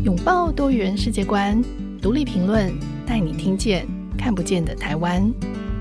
拥抱多元世界观，独立评论，带你听见看不见的台湾。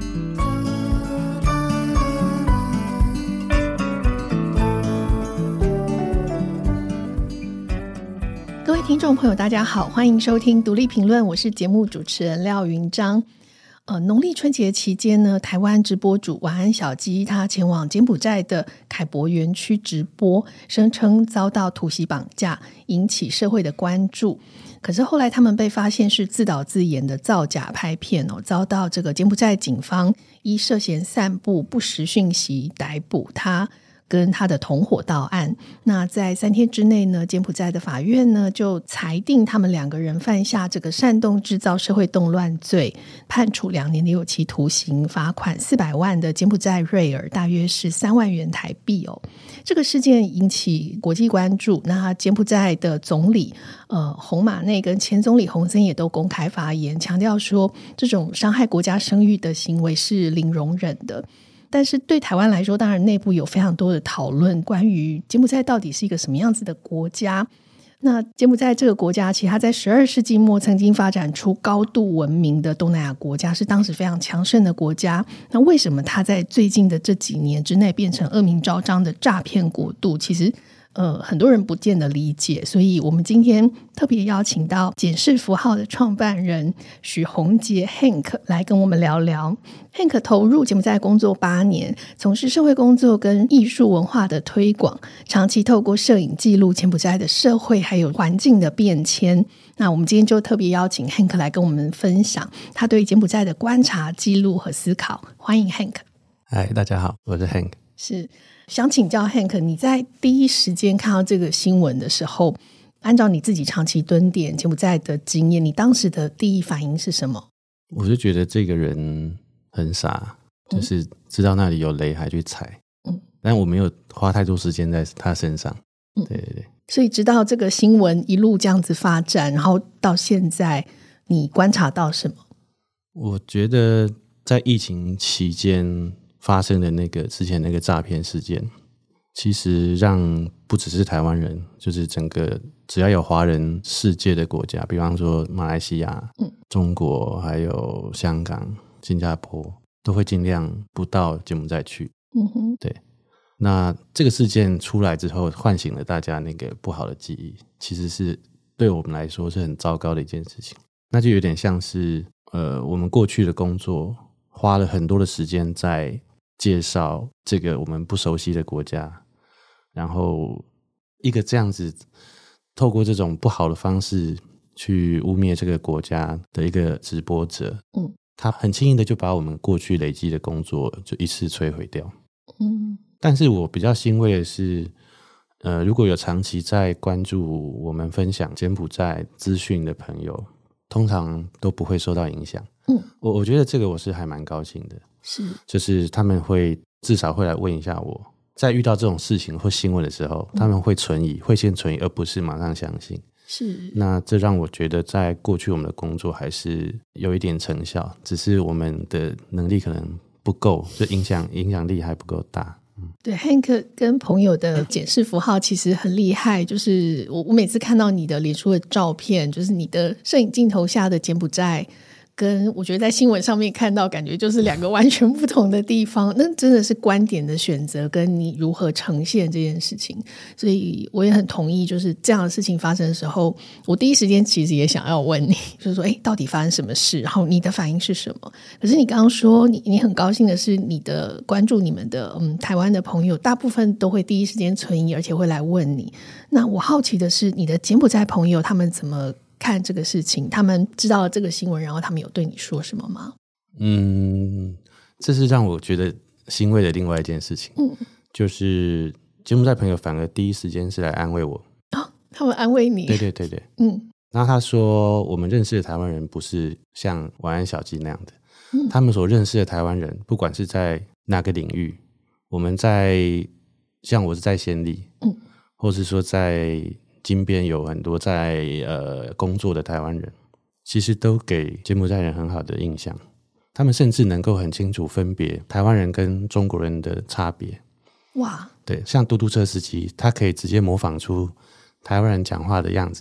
各位听众朋友大家好，欢迎收听独立评论，我是节目主持人廖云章。农历春节期间呢，台湾直播主晚安小鸡他前往柬埔寨的凯博园区直播，声称遭到突袭绑架，引起社会的关注。可是后来他们被发现是自导自演的造假拍片遭到这个柬埔寨警方依涉嫌散布不实讯息逮捕他跟他的同伙到案。那在3天之内呢，柬埔寨的法院呢就裁定他们2个人犯下这个煽动制造社会动乱罪，判处2年的有期徒刑，罚款400万的柬埔寨瑞尔，大约是3万元台币这个事件引起国际关注。那柬埔寨的总理洪马内跟前总理洪森也都公开发言，强调说这种伤害国家声誉的行为是零容忍的。但是对台湾来说，当然内部有非常多的讨论，关于柬埔寨到底是一个什么样子的国家。那柬埔寨这个国家其实它在12世纪末曾经发展出高度文明的东南亚国家，是当时非常强盛的国家。那为什么它在最近的这几年之内变成恶名昭彰的诈骗国度，其实很多人不见得理解。所以我们今天特别邀请到简氏符号的创办人许宏杰 Hank 来跟我们聊聊。Hank 投入柬埔寨工作8年，从事社会工作跟艺术文化的推广，长期透过摄影记录柬埔寨的社会还有环境的变迁。那我们今天就特别邀请 Hank 来跟我们分享他对柬埔寨的观察、记录和思考。欢迎 Hank。 嗨，大家好，我是 Hank。 是想请教 Hank， 你在第一时间看到这个新闻的时候，按照你自己长期蹲点柬埔寨的经验，你当时的第一反应是什么？ 我就觉得这个人很傻，就是知道那里有雷还去踩，但我没有花太多时间在他身上。对对对。 所以直到这个新闻一路这样子发展，然后到现在你观察到什么？ 我觉得在疫情期间发生的之前那个诈骗事件，其实让不只是台湾人，就是整个只要有华人世界的国家，比方说马来西亚、中国还有香港、新加坡，都会尽量不到柬埔寨去。对。那这个事件出来之后，唤醒了大家那个不好的记忆，其实是对我们来说是很糟糕的一件事情。那就有点像是我们过去的工作花了很多的时间在介绍这个我们不熟悉的国家，然后一个这样子透过这种不好的方式去污蔑这个国家的一个直播者，他很轻易的就把我们过去累积的工作就一次摧毁掉。但是我比较欣慰的是如果有长期在关注我们分享柬埔寨资讯的朋友，通常都不会受到影响。我觉得这个我是还蛮高兴的，是就是他们会至少会来问一下我，在遇到这种事情或新闻的时候，他们会存疑，会先存疑，而不是马上相信。是，那这让我觉得在过去我们的工作还是有一点成效，只是我们的能力可能不够，就影响力还不够大。 对， Hank 跟朋友的简氏符号其实很厉害，就是我每次看到你的脸书的照片，就是你的摄影镜头下的柬埔寨跟我觉得在新闻上面看到感觉就是2个完全不同的地方，那真的是观点的选择跟你如何呈现这件事情。所以我也很同意，就是这样的事情发生的时候，我第一时间其实也想要问你，就是说到底发生什么事，然后你的反应是什么。可是你刚刚说你很高兴的是你的关注你们的台湾的朋友大部分都会第一时间存疑，而且会来问你。那我好奇的是你的柬埔寨朋友他们怎么看这个事情，他们知道了这个新闻，然后他们有对你说什么吗？ 这是让我觉得欣慰的另外一件事情。就是柬埔寨朋友反而第一时间是来安慰我。 他们安慰你？ 对对对对。然后他说我们认识的台湾人不是像晚安小鸡那样的，他们所认识的台湾人不管是在哪个领域，我们像我是在暹粒，或是说在金边有很多在工作的台湾人，其实都给柬埔寨人很好的印象。他们甚至能够很清楚分别台湾人跟中国人的差别。哇，对，像嘟嘟车司机，他可以直接模仿出台湾人讲话的样子，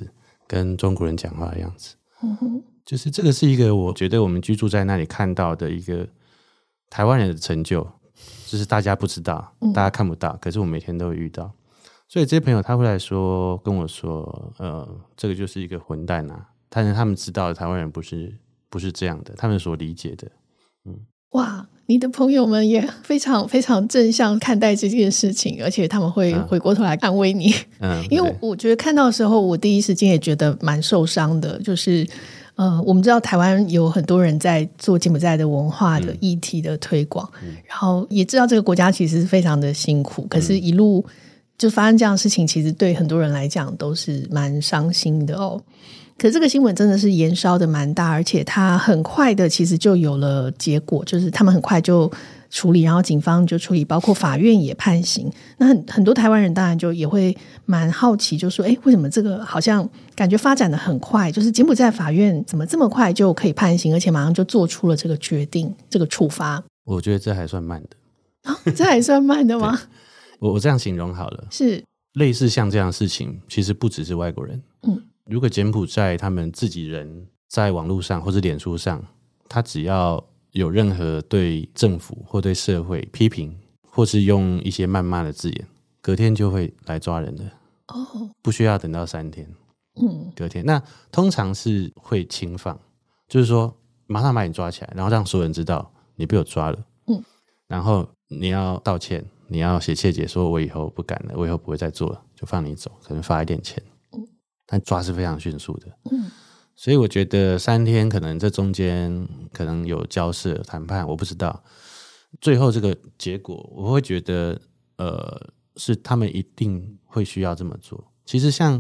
跟中国人讲话的样子。就是这个是一个我觉得我们居住在那里看到的一个台湾人的成就，就是大家不知道，大家看不到，可是我每天都会遇到。所以这些朋友他会来说跟我说这个就是一个混蛋啊，但是他们知道台湾人不是这样的，他们所理解的。 哇，你的朋友们也非常非常正向看待这件事情，而且他们会回过头来安慰你。因为我觉得看到的时候，我第一时间也觉得蛮受伤的，就是我们知道台湾有很多人在做柬埔寨的文化的议题的推广，然后也知道这个国家其实是非常的辛苦，可是一路就发生这样的事情，其实对很多人来讲都是蛮伤心的哦。可是这个新闻真的是延烧的蛮大，而且它很快的其实就有了结果，就是他们很快就处理，然后警方就处理，包括法院也判刑。那很多台湾人当然就也会蛮好奇，就说为什么这个好像感觉发展的很快，就是柬埔寨法院怎么这么快就可以判刑，而且马上就做出了这个决定，这个处罚。 我觉得这还算慢的。 这还算慢的吗？ 我这样形容好了， 是类似像这样的事情其实不只是外国人。如果柬埔寨他们自己人在网络上或是脸书上，他只要有任何对政府或对社会批评，或是用一些谩骂的字眼，隔天就会来抓人的。不需要等到3天。隔天那通常是会轻放，就是说马上把你抓起来，然后让所有人知道你被我抓了。然后你要道歉，你要写切结说我以后不敢了，我以后不会再做了，就放你走，可能罚一点钱。但抓是非常迅速的。所以我觉得3天可能这中间可能有交涉谈判，我不知道最后这个结果，我会觉得是他们一定会需要这么做。其实像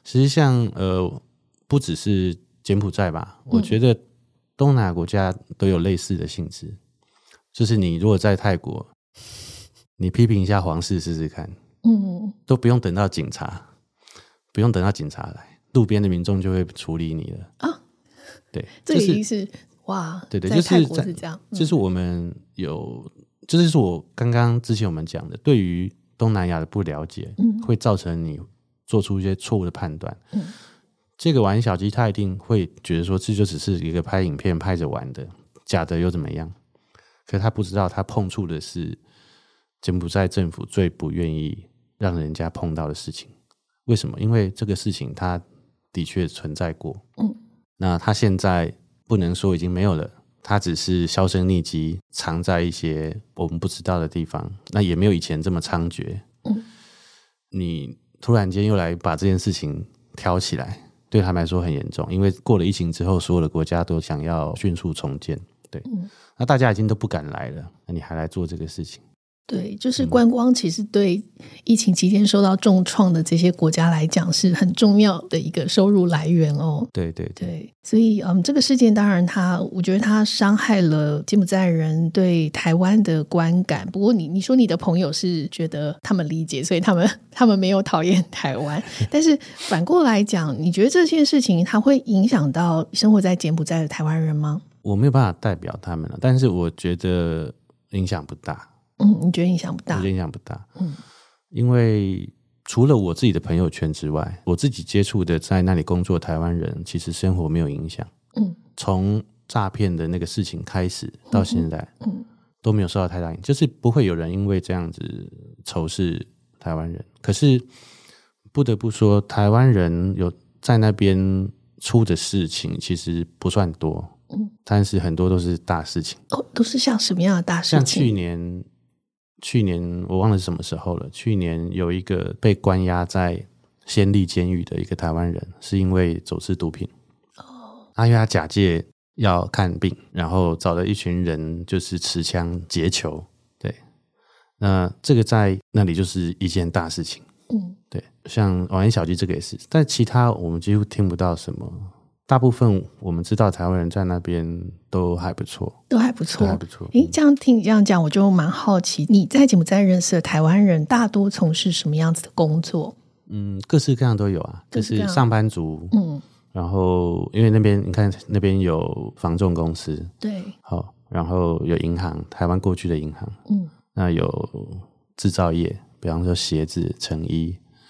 不只是柬埔寨吧，我觉得东南亚国家都有类似的性质。就是你如果在泰国，你批评一下皇室试试看，都不用等到警察来，路边的民众就会处理你了啊。对， 这已经是哇， 对， 在泰国是这样。 就是我们有，这就是我刚刚之前我们讲的，对于东南亚的不了解，会造成你做出一些错误的判断。这个玩小鸡他一定会觉得说，这就只是一个拍影片拍着玩的，假的又怎么样？可是他不知道，他碰触的是柬埔寨政府最不愿意让人家碰到的事情。为什么？因为这个事情它的确存在过。那它现在不能说已经没有了，它只是销声匿迹，藏在一些我们不知道的地方，那也没有以前这么猖獗。你突然间又来把这件事情挑起来，对他们来说很严重，因为过了疫情之后，所有的国家都想要迅速重建。对，那大家已经都不敢来了，那你还来做这个事情？ 对，就是观光其实对疫情期间受到重创的这些国家来讲是很重要的一个收入来源哦。 对对 对， 所以这个事件当然我觉得它伤害了柬埔寨人对台湾的观感。不过你说你的朋友是觉得他们理解，所以他们没有讨厌台湾。但是反过来讲，你觉得这件事情它会影响到生活在柬埔寨的台湾人吗？ 我没有办法代表他们了，但是我觉得影响不大。 你觉得影响不大？ 我觉得影响不大。因为除了我自己的朋友圈之外，我自己接触的在那里工作的台湾人，其实生活没有影响。从诈骗的那个事情开始到现在，都没有受到太大影响，就是不会有人因为这样子仇视台湾人。可是不得不说，台湾人有在那边出的事情其实不算多，但是很多都是大事情。 都是像什么样的大事情？ 像去年我忘了是什么时候了，去年有一个被关押在先立监狱的一个台湾人，是因为走私毒品。因为他假借要看病，然后找了一群人就是持枪劫囚。对，那这个在那里就是一件大事情。对，像王安小鸡这个也是，但其他我们几乎听不到什么。大部分我们知道台湾人在那边都还不错， 都还不错。这样听你这样讲，我就蛮好奇，你在柬埔寨认识的台湾人大多从事什么样子的工作？ 各式各样都有啊，就是上班族。然后因为那边你看那边有房仲公司， 对， 好，然后有银行，台湾过去的银行，那有制造业，比方说鞋子、成衣，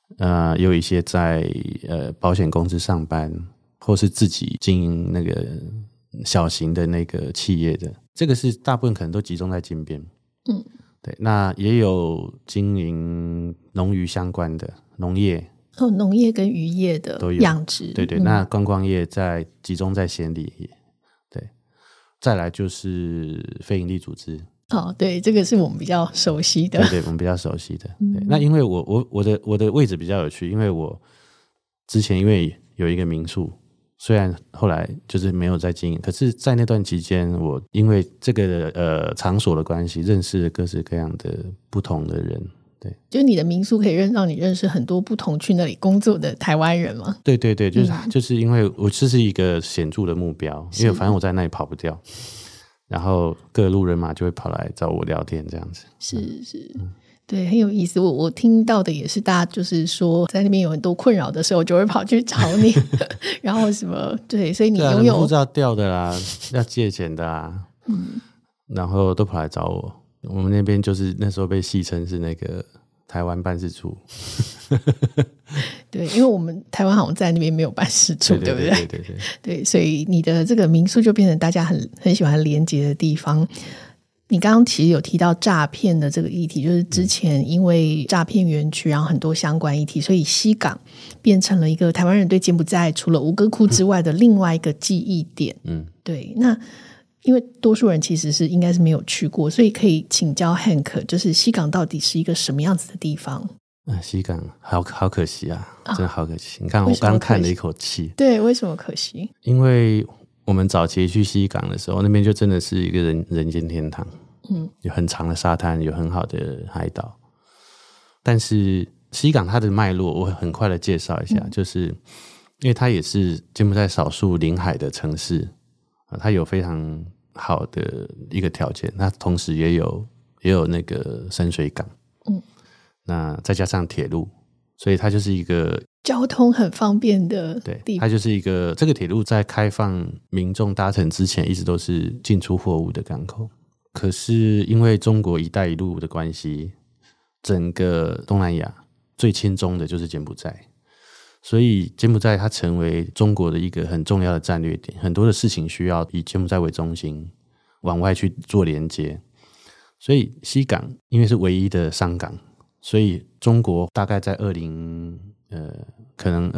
也有一些在保险公司上班，或是自己经营那个小型的那个企业的，这个是大部分可能都集中在金边。对，那也有经营农渔相关的农业， 农业跟渔业的养殖， 对对，那观光业集中在暹粒，对，再来就是非营利组织。 对，这个是我们比较熟悉的， 对对，我们比较熟悉的。对，那因为我的位置比较有趣，因为我之前因为有一个民宿。虽然后来就是没有在经营，可是在那段期间，我因为这个场所的关系，认识了各式各样的不同的人。对， 就你的民宿可以让你认识很多不同去那里工作的台湾人吗？ 对对对，就是因为我这是一个显著的目标，因为反正我在那里跑不掉，然后各路人马就会跑来找我聊天，这样子。 是。对，很有意思。我听到的也是，大家就是说，在那边有很多困扰的时候，就会跑去找你，然后什么对，所以你拥有护照掉的啦，要借钱的啦，然后都跑来找我。我们那边就是那时候被戏称是那个台湾办事处。 对，因为我们台湾好像在那边没有办事处，对不对？ 对。 对，所以你的这个民宿就变成大家很喜欢连接的地方。你刚刚其实有提到诈骗的这个议题，就是之前因为诈骗园区，然后很多相关议题，所以西港变成了一个台湾人对柬埔寨除了吴哥窟之外的另外一个记忆点。对。那因为多数人其实应该是没有去过，所以可以请教 Hank， 就是西港到底是一个什么样子的地方？ 西港好可惜啊，真的好可惜。你看我刚叹了一口气。 对，为什么可惜？ 因为我们早期去西港的时候，那边就真的是一个人间天堂。有很长的沙滩，有很好的海岛。但是西港它的脉络我很快的介绍一下，就是因为它也是柬埔寨少数临海的城市，它有非常好的一个条件，它同时也有那个深水港，那再加上铁路，所以它就是一个交通很方便的地方。 对，它就是一个这个铁路在开放民众搭乘之前，一直都是进出货物的港口。可是因为中国一带一路的关系，整个东南亚最亲中的就是柬埔寨，所以柬埔寨它成为中国的一个很重要的战略点，很多的事情需要以柬埔寨为中心往外去做连接。所以西港因为是唯一的商港，所以中国大概在可能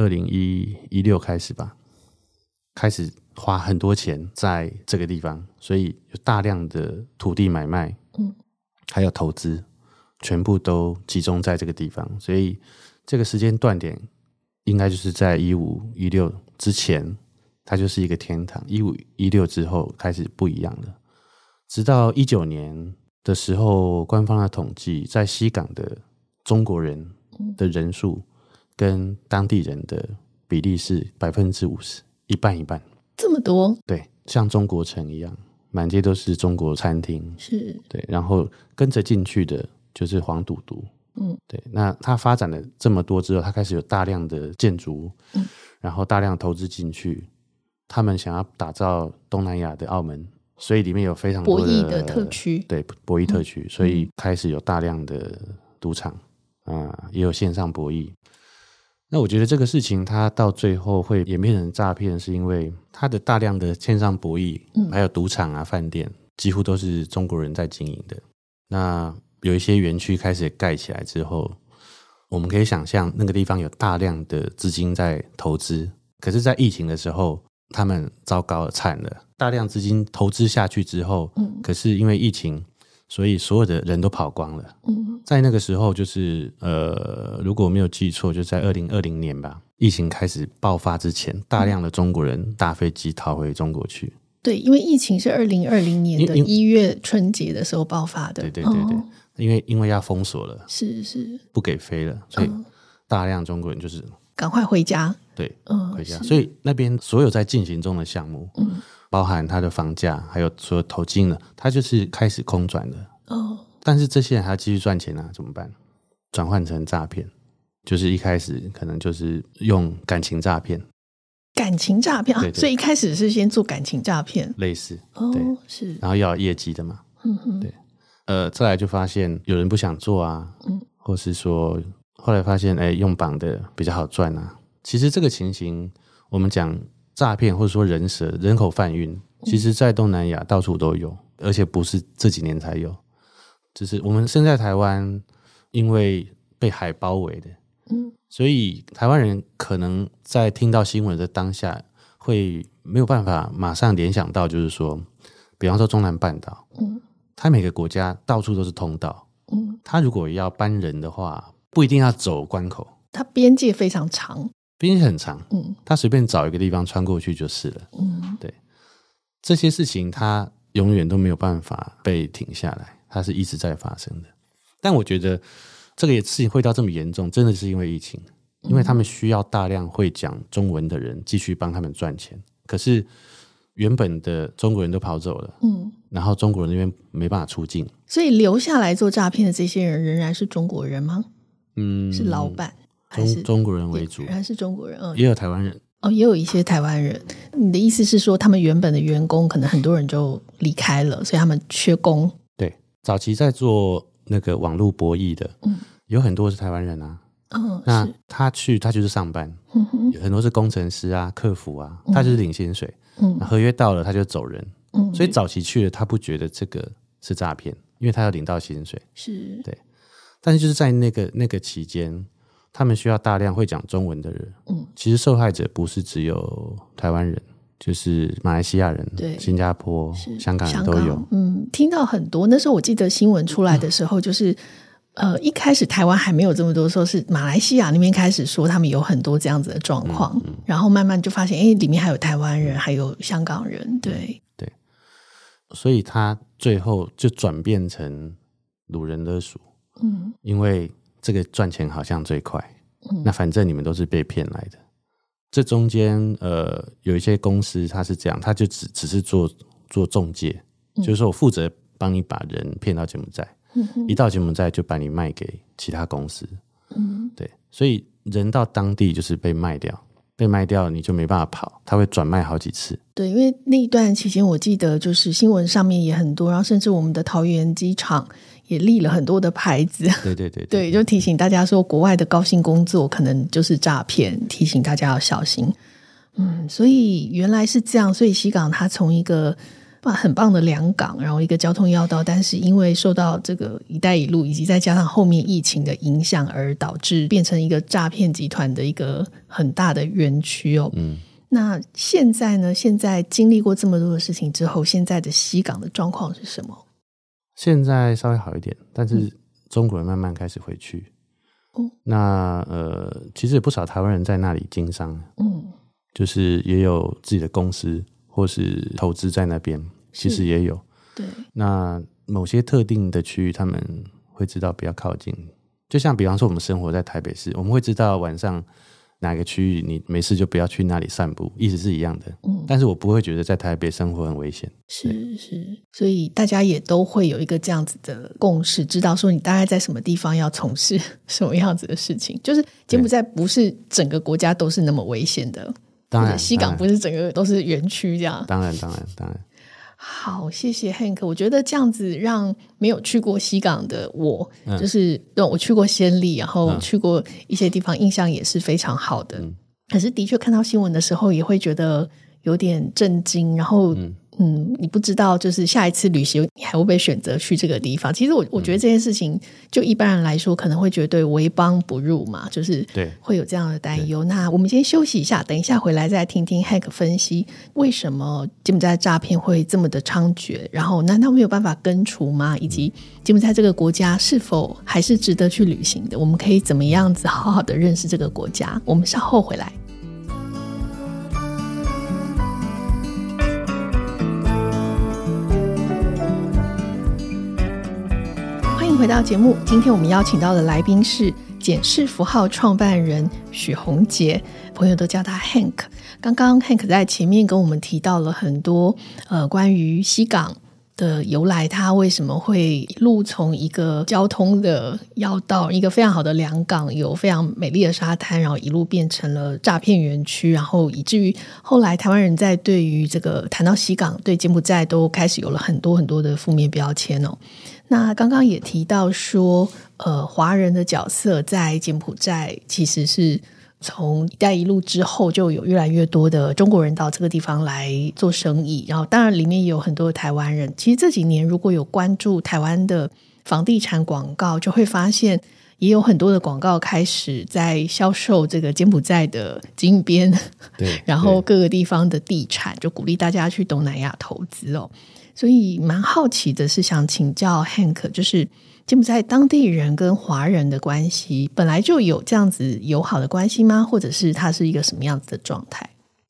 2016开始吧，开始花很多钱在这个地方，所以有大量的土地买卖，还有投资，全部都集中在这个地方。所以这个时间段点应该就是在15、16之前，它就是一个天堂。15、16之后开始不一样了，直到19年的时候，官方的统计，在西港的中国人的人数跟当地人的比例是50%，一半一半。 这么多？ 对，像中国城一样，满街都是中国餐厅。 是， 对，然后跟着进去的就是黄赌毒。对，那它发展了这么多之后，它开始有大量的建筑，然后大量投资进去，他们想要打造东南亚的澳门，所以里面有非常多的博弈的特区， 对，博弈特区，所以开始有大量的赌场也有线上博弈。那我觉得这个事情它到最后会演变成诈骗，是因为它的大量的线上博弈，还有赌场啊、饭店，几乎都是中国人在经营的。那有一些园区开始盖起来之后，我们可以想象那个地方有大量的资金在投资，可是在疫情的时候他们糟糕了，惨了，大量资金投资下去之后，可是因为疫情，所以所有的人都跑光了。在那个时候就是如果我没有记错，就在2020年吧，疫情开始爆发之前，大量的中国人搭飞机逃回中国去。 对，因为疫情是2020年的1月春节的时候爆发的。 对，因为要封锁了， 是不给飞了，所以大量中国人就是赶快回家。 对，回家。所以那边所有在进行中的项目，包含它的房价，还有所有投金了，它就是开始空转了。但是这些人还要继续赚钱啊，怎么办？转换成诈骗，就是一开始可能就是用感情诈骗。 感情诈骗对， 所以一开始是先做感情诈骗， 类似。对， 是， 然后要有业绩的嘛。对，再来就发现有人不想做啊，或是说后来发现用绑的比较好赚啊。其实这个情形我们讲诈骗或者说人蛇人口贩运，其实在东南亚到处都有，而且不是这几年才有，就是我们身在台湾因为被海包围的，所以台湾人可能在听到新闻的当下会没有办法马上联想到，就是说比方说中南半岛，它每个国家到处都是通道，它如果要搬人的话不一定要走关口， 它边界非常长， 边界很长，它随便找一个地方穿过去就是了，对，这些事情它永远都没有办法被停下来，它是一直在发生的。但我觉得这个事情会到这么严重，真的是因为疫情，因为他们需要大量会讲中文的人继续帮他们赚钱，可是原本的中国人都跑走了，然后中国人那边没办法出境， 所以留下来做诈骗的这些人仍然是中国人吗？是老板还是中国人为主？ 仍然是中国人， 也有台湾人， 也有一些台湾人。你的意思是说他们原本的员工可能很多人就离开了，所以他们缺工？ 对，早期在做那个网络博弈的，有很多是台湾人啊，那他就是上班，有很多是工程师啊、客服啊，他就是领薪水，合约到了他就走人，所以早期去了他不觉得这个是诈骗，因为他要领到薪水， 是， 对。但是就是在那个期间，他们需要大量会讲中文的人，其实受害者不是只有台湾人，就是马来西亚人、新加坡、香港人都有。听到很多。那时候我记得新闻出来的时候，就是一开始台湾还没有这么多，说是马来西亚那边开始说他们有很多这样子的状况，然后慢慢就发现，里面还有台湾人，还有香港人，对， 所以他最后就转变成掳人勒赎，因为这个赚钱好像最快，那反正你们都是被骗来的。这中间有一些公司他是这样，他就只是做中介，就是说我负责帮你把人骗到柬埔寨，一到柬埔寨就把你卖给其他公司，对，所以人到当地就是被卖掉你就没办法跑，他会转卖好几次。 对，因为那一段期间我记得就是新闻上面也很多，然后甚至我们的桃园机场也立了很多的牌子，对，就提醒大家说国外的高薪工作可能就是诈骗，提醒大家要小心。所以原来是这样，所以西港它从一个很棒的良港，然后一个交通要道，但是因为受到这个一带一路以及再加上后面疫情的影响，而导致变成一个诈骗集团的一个很大的园区哦。那现在呢？现在经历过这么多的事情之后，现在的西港的状况是什么？ 现在稍微好一点，但是中国人慢慢开始回去。那其实有不少台湾人在那里经商，就是也有自己的公司或是投资在那边，其实也有。对，那某些特定的区域他们会知道不要靠近，就像比方说我们生活在台北市，我们会知道晚上哪个区域你没事就不要去那里散步，意思是一样的。但是我不会觉得在台北生活很危险。 是，所以大家也都会有一个这样子的共识，知道说你大概在什么地方要从事什么样子的事情。就是柬埔寨不是整个国家都是那么危险的， 当然西港不是整个都是园区这样。 当然。 好，谢谢 Hank。 我觉得这样子让没有去过西港的我，就是我去过暹粒，然后去过一些地方，印象也是非常好的。可是的确看到新闻的时候也会觉得有点震惊，然后你不知道就是下一次旅行你还会不会选择去这个地方。其实我觉得这件事情就一般人来说可能会觉得为邦不入嘛，就是会有这样的担忧。那我们先休息一下，等一下回来再听听 Hank 分析为什么柬埔寨诈骗会这么的猖獗，然后难道没有办法根除吗？以及柬埔寨这个国家是否还是值得去旅行的，我们可以怎么样子好好的认识这个国家。我们稍后回来。回到节目，今天我们邀请到的来宾是简氏符号创办人许宏杰，朋友都叫他 Hank。 刚刚 Hank 在前面跟我们提到了很多关于西港的由来，它为什么会一路从一个交通的要道，一个非常好的良港，有非常美丽的沙滩，然后一路变成了诈骗园区，然后以至于后来台湾人在对于这个谈到西港对柬埔寨都开始有了很多很多的负面标签哦。那刚刚也提到说华人的角色在柬埔寨其实是从一带一路之后就有越来越多的中国人到这个地方来做生意，然后当然里面也有很多的台湾人。其实这几年如果有关注台湾的房地产广告，就会发现也有很多的广告开始在销售这个柬埔寨的金边， 对， 然后各个地方的地产，就鼓励大家去东南亚投资哦。所以蛮好奇的是想请教 Hank， 就是柬埔寨当地人跟华人的关系本来就有这样子友好的关系吗？或者是它是一个什么样子的状态？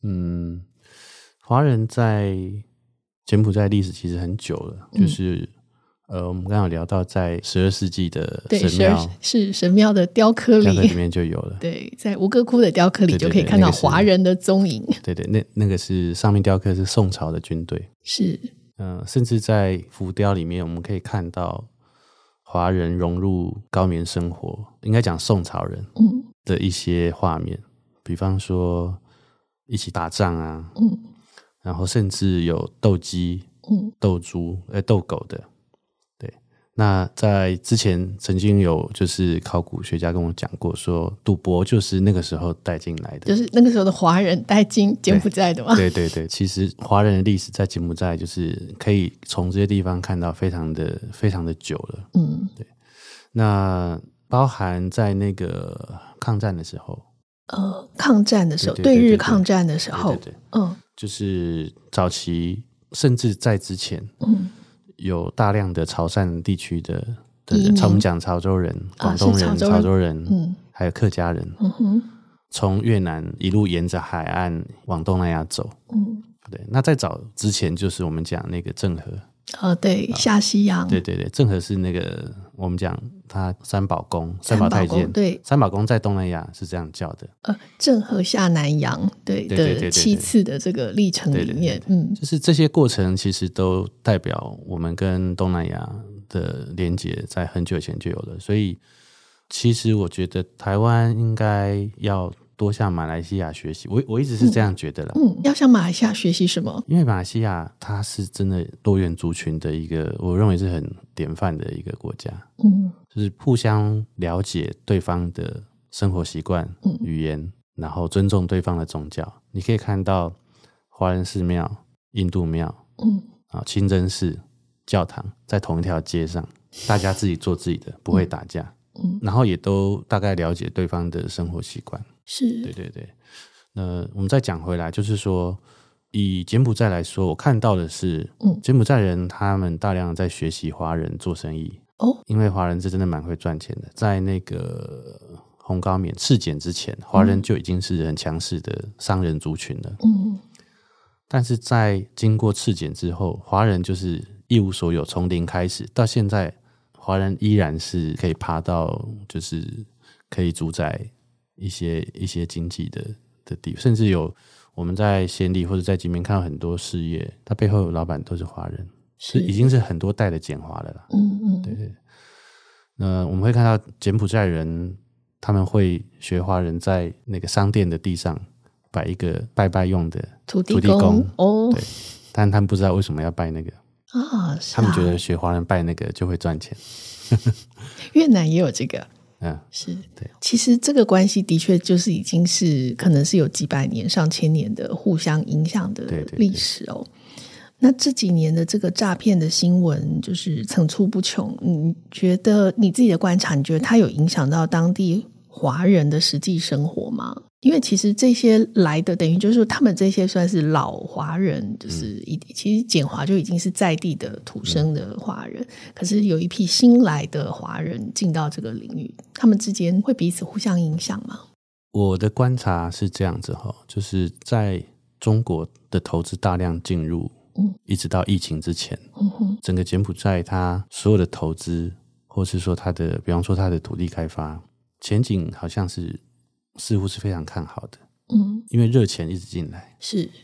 华人在柬埔寨历史其实很久了，就是我们刚刚有聊到在12世纪的神庙， 是神庙的雕刻里面就有了。 对，在吴哥窟的雕刻里就可以看到华人的踪影。 对对，那个是上面雕刻是宋朝的军队， 是甚至在浮雕里面我们可以看到华人融入高棉生活，应该讲宋朝人的一些画面，比方说一起打仗啊，然后甚至有斗鸡、斗猪、斗狗的。对，那在之前曾经有就是考古学家跟我讲过说，赌博就是那个时候带进来的， 就是那个时候的华人带进柬埔寨的吗？ 对对对，其实华人的历史在柬埔寨就是可以从这些地方看到非常的久了。对。那包含在那个抗战的时候， 抗战的时候，对日抗战的时候， 对，就是早期甚至在之前，有大量的潮汕地区的人，我们讲潮州人、广东人、潮州人，还有客家人，从越南一路沿着海岸往东南亚走。对，那在早之前就是我们讲那个郑和。 对，下西洋。 对对对，郑和是那个我们讲他三宝公、三宝太监。 对， 三宝公在东南亚是这样叫的。 郑和下南洋，对的7次的这个历程里面， 就是这些过程其实都代表我们跟东南亚的连结在很久以前就有了。所以其实我觉得台湾应该要多向马来西亚学习，我一直是这样觉得啦。 要向马来西亚学习什么？ 因为马来西亚它是真的多元族群的一个，我认为是很典范的一个国家。就是互相了解对方的生活习惯、语言，然后尊重对方的宗教。你可以看到华人寺庙、印度庙、清真寺、教堂在同一条街上，大家自己做自己的，不会打架。然后也都大概了解对方的生活习惯。 是， 对对对。那我们再讲回来，就是说以柬埔寨来说，我看到的是柬埔寨人他们大量在学习华人做生意。因为华人是真的蛮会赚钱的，在那个红高棉赤柬之前，华人就已经是很强势的商人族群了。但是在经过赤柬之后，华人就是一无所有，从零开始，到现在华人依然是可以爬到就是可以主宰一些经济的地，甚至有我们在暹粒或者在金边看到很多事业，它背后老板都是华人，是已经是很多代的简华了啦。对对。那我们会看到柬埔寨人他们会学华人在那个商店的地上摆一个拜拜用的土地公。对，但他们不知道为什么要拜那个他们觉得学华人拜那个就会赚钱。 越南也有这个。是，对。其实这个关系的确就是已经是可能是有几百年、上千年的互相影响的历史哦。那这几年的这个诈骗的新闻就是层出不穷，你觉得你自己的观察，你觉得它有影响到当地华人的实际生活吗？因为其实这些来的等于就是他们这些算是老华人，就是其实简华就已经是在地的土生的华人，可是有一批新来的华人进到这个领域，他们之间会彼此互相影响吗？ 我的观察是这样子，就是在中国的投资大量进入，一直到疫情之前，整个柬埔寨它所有的投资，或是说它的，比方说它的土地开发前景好像是似乎是非常看好的，因为热钱一直进来， 是，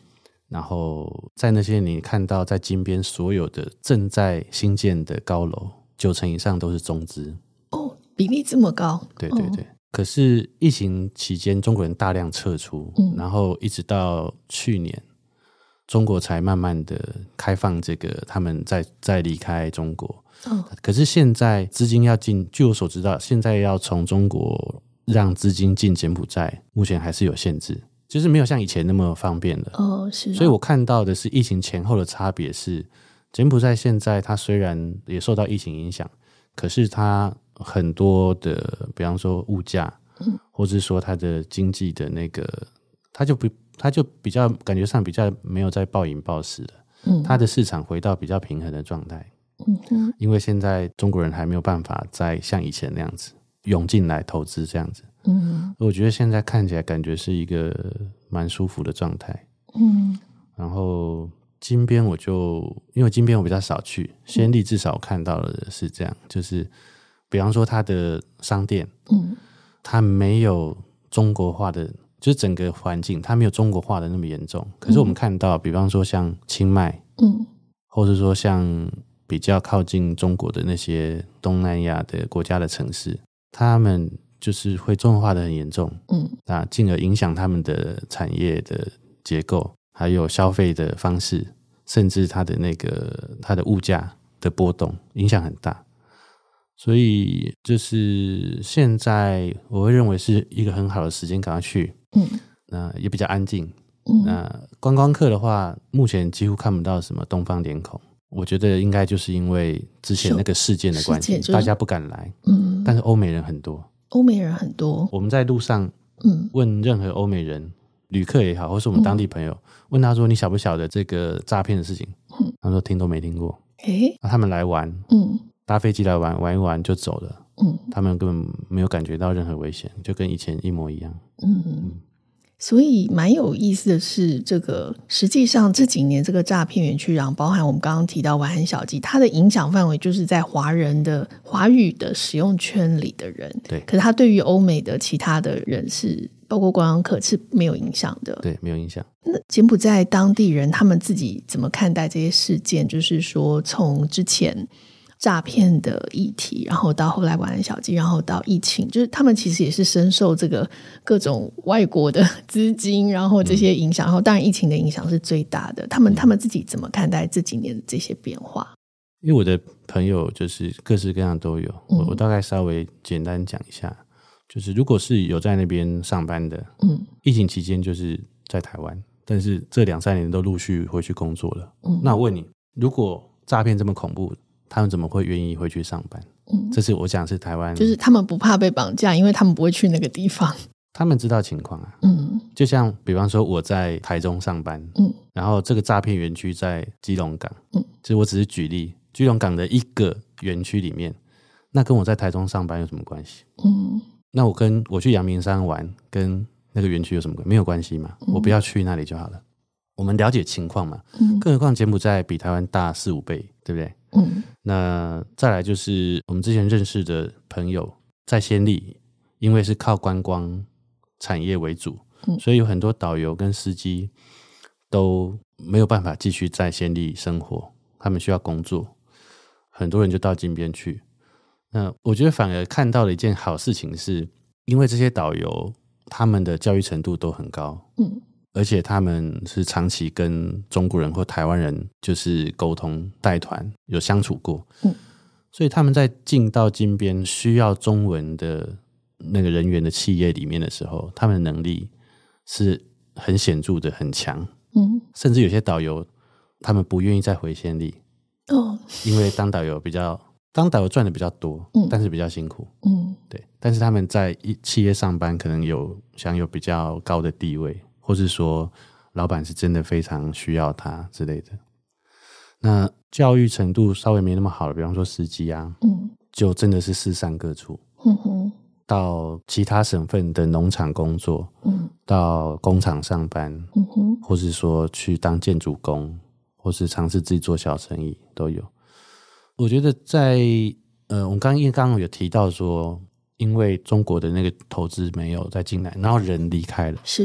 然后在那些你看到在金边所有的正在新建的高楼，90%以上都是中资。 哦，比例这么高？ 对对对。可是疫情期间中国人大量撤出，然后一直到去年中国才慢慢的开放这个他们再离开中国。可是现在资金要进，据我所知道现在要从中国让资金进柬埔寨目前还是有限制，就是没有像以前那么方便了。 是所以我看到的是疫情前后的差别是，柬埔寨现在它虽然也受到疫情影响，可是它很多的比方说物价，或是说它的经济的那个，它就比较感觉上比较没有在暴饮暴食了。它的市场回到比较平衡的状态。因为现在中国人还没有办法再像以前那样子涌进来投资这样子。我觉得现在看起来感觉是一个蛮舒服的状态。然后金边因为金边我比较少去，暹粒至少我看到的是这样，就是比方说它的商店，它没有中国化的，就是整个环境它没有中国化的那么严重。可是我们看到比方说像清迈，或是说像比较靠近中国的那些东南亚的国家的城市，他们就是会中国化的很严重，进而影响他们的产业的结构，还有消费的方式，甚至它的物价的波动影响很大。所以就是现在我会认为是一个很好的时间赶快去，那也比较安静。那观光客的话目前几乎看不到什么东方脸孔，我觉得应该就是因为之前那个事件的关系，大家不敢来。但是欧美人很多，我们在路上问任何欧美人，旅客也好，或是我们当地朋友，问他说你晓不晓得这个诈骗的事情，他说听都没听过。他们来玩，搭飞机来玩一玩就走了，他们根本没有感觉到任何危险，就跟以前一模一样。 所以蛮有意思的是，这个实际上这几年这个诈骗园区，然后包含我们刚刚提到晚安小鸡，它的影响范围就是在华语的使用圈里的人。 对， 可是它对于欧美的其他的人是包括观光客是没有影响的。 对，没有影响。 那柬埔寨当地人他们自己怎么看待这些事件？就是说从之前诈骗的议题，然后到后来晚安小鸡，然后到疫情，就是他们其实也是深受这个各种外国的资金，然后这些影响，然后当然疫情的影响是最大的。他们自己怎么看待这几年的这些变化？ 因为我的朋友就是各式各样都有，我大概稍微简单讲一下，就是如果是有在那边上班的，疫情期间就是在台湾，但是这2-3年都陆续回去工作了。那我问你，如果诈骗这么恐怖，他们怎么会愿意回去上班？这是我讲是台湾， 就是他们不怕被绑架，因为他们不会去那个地方， 他们知道情况啊。就像比方说我在台中上班，然后这个诈骗园区在基隆港，就我只是举例，基隆港的一个园区里面，那跟我在台中上班有什么关系？那我去阳明山玩跟那个园区有什么关系？没有关系嘛，我不要去那里就好了。我们了解情况嘛，更何况柬埔寨比台湾大4-5倍，对不对？那再来就是我们之前认识的朋友在暹粒，因为是靠观光产业为主，所以有很多导游跟司机都没有办法继续在暹粒生活，他们需要工作，很多人就到金边去。那我觉得反而看到了一件好事情，是因为这些导游他们的教育程度都很高，而且他们是长期跟中国人或台湾人就是沟通带团有相处过，所以他们在进到金边需要中文的那个人员的企业里面的时候，他们的能力是很显著的，很强。甚至有些导游他们不愿意再回暹粒，因为当导游赚的比较多，但是比较辛苦。对，但是他们在企业上班可能享有比较高的地位，或是说老板是真的非常需要他之类的。那教育程度稍微没那么好的，比方说司机啊，就真的是四散各处，到其他省份的农场工作，到工厂上班，或是说去当建筑工，或是尝试自己做小生意都有。我觉得在我们刚刚有提到说，因为中国的那个投资没有再进来，然后人离开了， 是，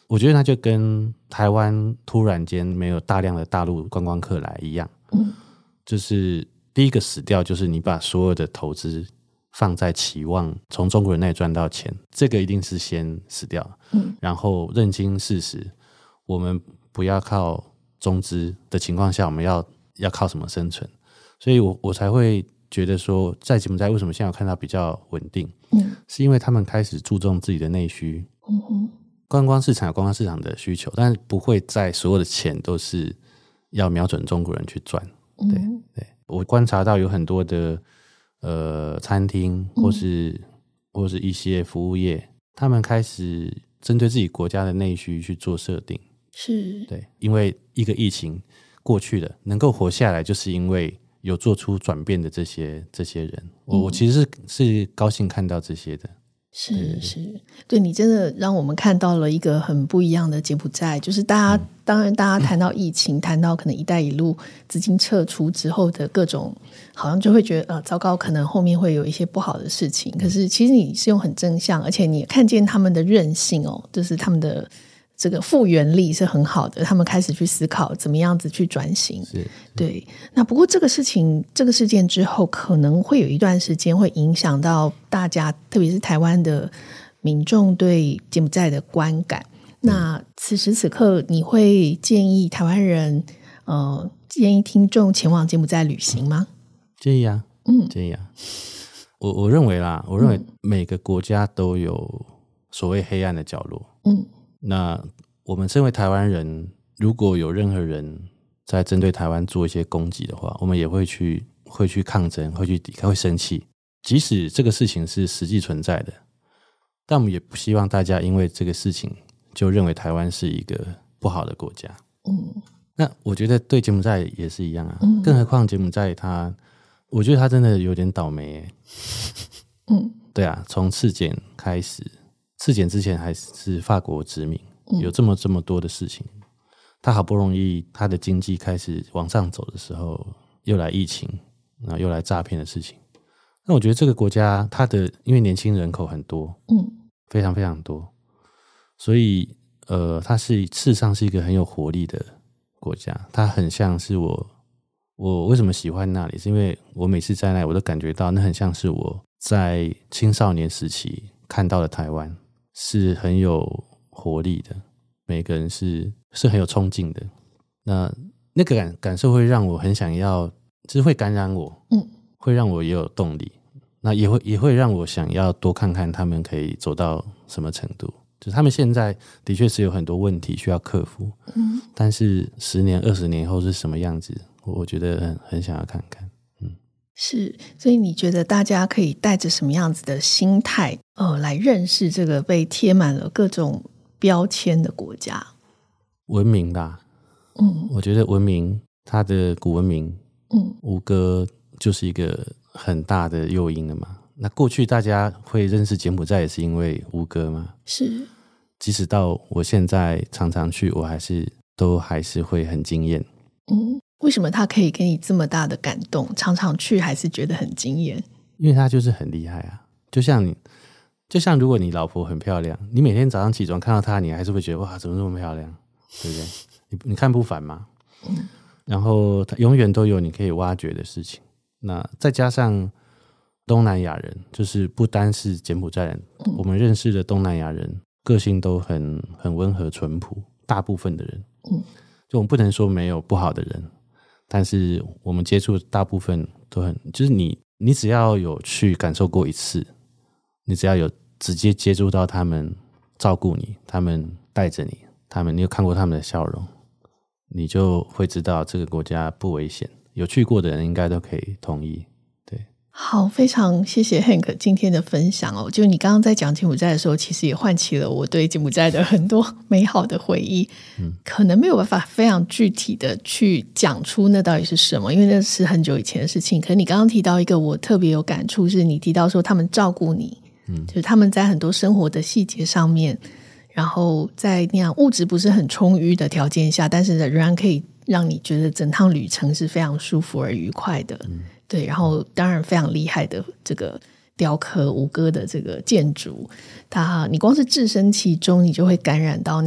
我觉得它就跟台湾突然间没有大量的大陆观光客来一样，就是第一个死掉就是你把所有的投资放在期望从中国人那里赚到钱，这个一定是先死掉，然后认清事实，我们不要靠中资的情况下，我们要靠什么生存？所以我才会觉得说，在柬埔寨为什么现在有看到比较稳定，是因为他们开始注重自己的内需，观光市场有观光市场的需求，但是不会在所有的钱都是要瞄准中国人去赚。对，我观察到有很多的餐厅或是一些服务业，他们开始针对自己国家的内需去做设定。 是， 对，因为一个疫情过去了，能够活下来，就是因为有做出转变的这些人，我其实是高兴看到这些的。 是，对，你真的让我们看到了一个很不一样的柬埔寨，就是当然大家谈到疫情，谈到可能一带一路资金撤出之后的各种，好像就会觉得糟糕，可能后面会有一些不好的事情，可是其实你是用很正向，而且你也看见他们的韧性就是他们的这个复原力是很好的，他们开始去思考怎么样子去转型。对。那不过这个事件之后，可能会有一段时间会影响到大家，特别是台湾的民众对柬埔寨的观感。那此时此刻，你会建议台湾人建议听众前往柬埔寨旅行吗？ 建议啊，建议啊。我认为每个国家都有所谓黑暗的角落。那我们身为台湾人，如果有任何人在针对台湾做一些攻击的话，我们也会去抗争，会去抵抗，会生气。即使这个事情是实际存在的，但我们也不希望大家因为这个事情就认为台湾是一个不好的国家。那我觉得对柬埔寨也是一样啊。更何况柬埔寨我觉得他真的有点倒霉耶。对啊，从赤柬开始，赤柬之前还是法国殖民，有这么多的事情，他好不容易他的经济开始往上走的时候，又来疫情，然后又来诈骗的事情。那我觉得这个国家因为年轻人口很多，非常非常多，所以它事实上是一个很有活力的国家。它很像是我为什么喜欢那里，是因为我每次在那里我都感觉到那很像是我在青少年时期看到的台湾，是很有活力的，每个人是很有冲劲的。那个感受会让我很想要，就是会感染我，会让我也有动力。那也会让我想要多看看他们可以走到什么程度。就是他们现在的确是有很多问题需要克服，但是10年20年后是什么样子，我觉得很想要看看。 是，所以你觉得大家可以带着什么样子的心态来认识这个被贴满了各种标签的国家？ 文明吧。我觉得文明，它的古文明，吴哥就是一个很大的诱因了嘛。那过去大家会认识柬埔寨也是因为吴哥嘛。是，即使到我现在常常去，我还是会很惊艳。 为什么他可以给你这么大的感动？常常去还是觉得很惊艳？ 因为他就是很厉害啊。就像如果你老婆很漂亮，你每天早上起床看到她，你还是会觉得哇，怎么这么漂亮，对不对？你看不烦吗？然后他永远都有你可以挖掘的事情。那再加上东南亚人，就是不单是柬埔寨人，我们认识的东南亚人个性都很温和淳朴，大部分的人，就我们不能说没有不好的人，但是我们接触的大部分都就是你只要有去感受过一次，你只要有直接接触到他们，照顾你，他们带着你，你有看过他们的笑容，你就会知道这个国家不危险。有去过的人应该都可以同意。对， 好，非常谢谢 Hank 今天的分享就你刚刚在讲柬埔寨的时候，其实也唤起了我对柬埔寨的很多美好的回忆。可能没有办法非常具体的去讲出那到底是什么，因为那是很久以前的事情。可是你刚刚提到一个我特别有感触，是你提到说他们照顾你，就是他们在很多生活的细节上面，然后在那样物质不是很充裕的条件下，但是仍然可以让你觉得整趟旅程是非常舒服而愉快的。对，然后当然非常厉害的这个雕刻吴哥的这个建筑，你光是置身其中，你就会感染到那样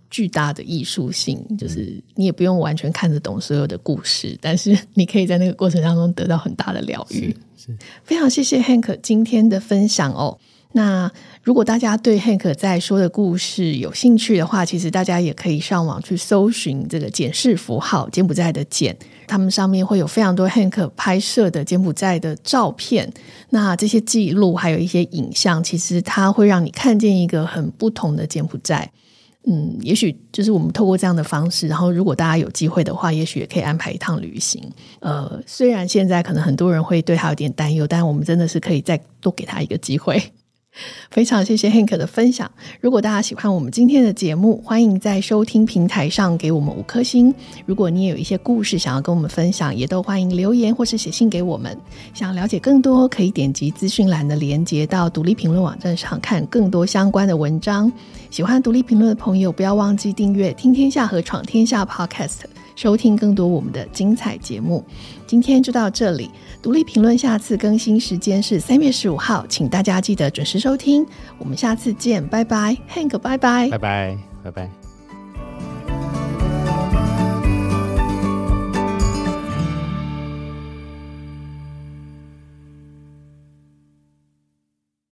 巨大的艺术性，就是你也不用完全看得懂所有的故事，但是你可以在那个过程当中得到很大的疗愈。 是非常谢谢 Hank 今天的分享哦。那如果大家对 Hank 在说的故事有兴趣的话，其实大家也可以上网去搜寻这个简氏符号，柬埔寨的简，他们上面会有非常多 Hank 拍摄的柬埔寨的照片，那这些记录还有一些影像，其实它会让你看见一个很不同的柬埔寨。也许就是我们透过这样的方式，然后如果大家有机会的话，也许也可以安排一趟旅行。虽然现在可能很多人会对他有点担忧，但我们真的是可以再多给他一个机会。非常谢谢 Hank 的分享。如果大家喜欢我们今天的节目，欢迎在收听平台上给我们5颗星。如果你也有一些故事想要跟我们分享，也都欢迎留言或是写信给我们。想了解更多，可以点击资讯栏的连结到独立评论网站上看更多相关的文章。喜欢独立评论的朋友，不要忘记订阅听天下和闯天下 Podcast， 收听更多我们的精彩节目。今天就到这里，独立评论下次更新时间是3月15号，请大家记得准时收听。我们下次见，拜拜 Hank， 拜拜， 拜拜拜拜。